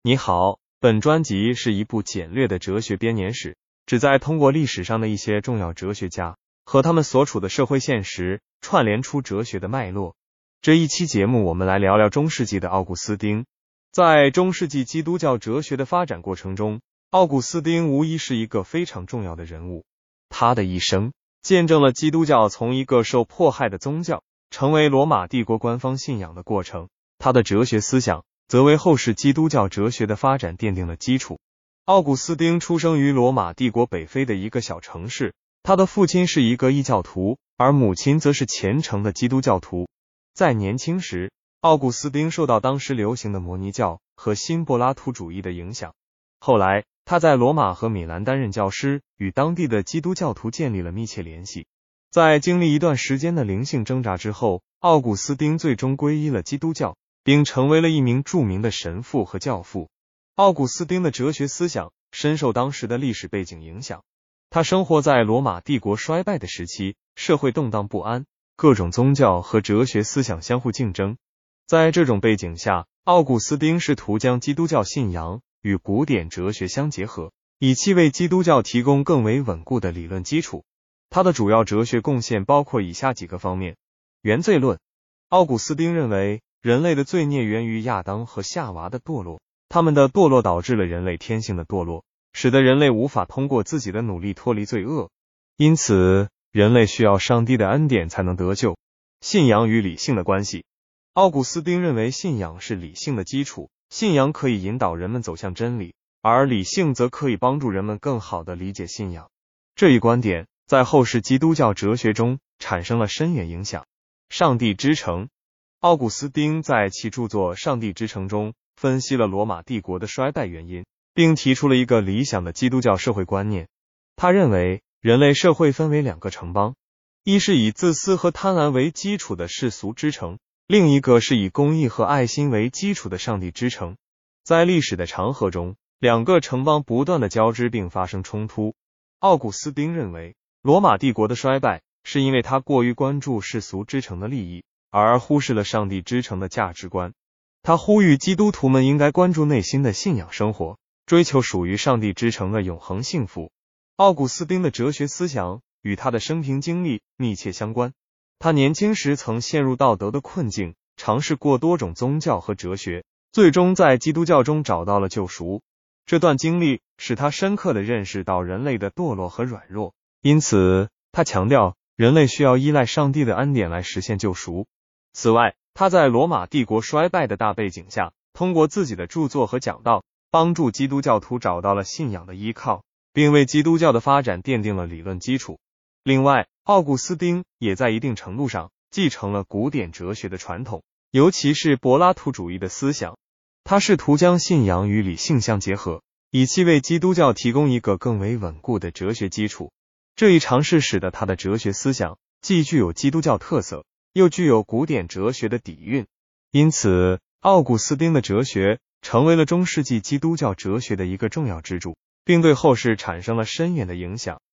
你好，本专辑是一部简略的哲学编年史，旨在通过历史上的一些重要哲学家和他们所处的社会现实，串联出哲学的脉络。这一期节目我们来聊聊中世纪的奥古斯丁。在中世纪基督教哲学的发展过程中，奥古斯丁无疑是一个非常重要的人物。他的一生见证了基督教从一个受迫害的宗教成为罗马帝国官方信仰的过程，他的哲学思想则为后世基督教哲学的发展奠定了基础。奥古斯丁出生于罗马帝国北非的一个小城市，他的父亲是一个异教徒，而母亲则是虔诚的基督教徒。在年轻时，奥古斯丁受到当时流行的摩尼教和新柏拉图主义的影响。后来，他在罗马和米兰担任教师，与当地的基督教徒建立了密切联系。在经历一段时间的灵性挣扎之后，奥古斯丁最终皈依了基督教，并成为了一名著名的神父和教父。奥古斯丁的哲学思想深受当时的历史背景影响。他生活在罗马帝国衰败的时期，社会动荡不安，各种宗教和哲学思想相互竞争。在这种背景下，奥古斯丁试图将基督教信仰与古典哲学相结合，以期为基督教提供更为稳固的理论基础。他的主要哲学贡献包括以下几个方面。原罪论。奥古斯丁认为，人类的罪孽源于亚当和夏娃的堕落，他们的堕落导致了人类天性的堕落，使得人类无法通过自己的努力脱离罪恶，因此人类需要上帝的恩典才能得救。信仰与理性的关系。奥古斯丁认为信仰是理性的基础，信仰可以引导人们走向真理，而理性则可以帮助人们更好地理解信仰。这一观点在后世基督教哲学中产生了深远影响。上帝之城。奥古斯丁在其著作《上帝之城》中分析了罗马帝国的衰败原因，并提出了一个理想的基督教社会观念。他认为人类社会分为两个城邦，一是以自私和贪婪为基础的世俗之城，另一个是以公义和爱心为基础的上帝之城。在历史的长河中，两个城邦不断的交织并发生冲突。奥古斯丁认为，罗马帝国的衰败是因为他过于关注世俗之城的利益，而忽视了上帝之城的价值观。他呼吁基督徒们应该关注内心的信仰生活，追求属于上帝之城的永恒幸福。奥古斯丁的哲学思想与他的生平经历密切相关。他年轻时曾陷入道德的困境，尝试过多种宗教和哲学，最终在基督教中找到了救赎。这段经历使他深刻地认识到人类的堕落和软弱，因此他强调人类需要依赖上帝的恩典来实现救赎。此外，他在罗马帝国衰败的大背景下，通过自己的著作和讲道，帮助基督教徒找到了信仰的依靠，并为基督教的发展奠定了理论基础。另外，奥古斯丁也在一定程度上继承了古典哲学的传统，尤其是柏拉图主义的思想。他试图将信仰与理性相结合，以期为基督教提供一个更为稳固的哲学基础。这一尝试使得他的哲学思想既具有基督教特色，又具有古典哲学的底蕴。因此，奥古斯丁的哲学成为了中世纪基督教哲学的一个重要支柱，并对后世产生了深远的影响。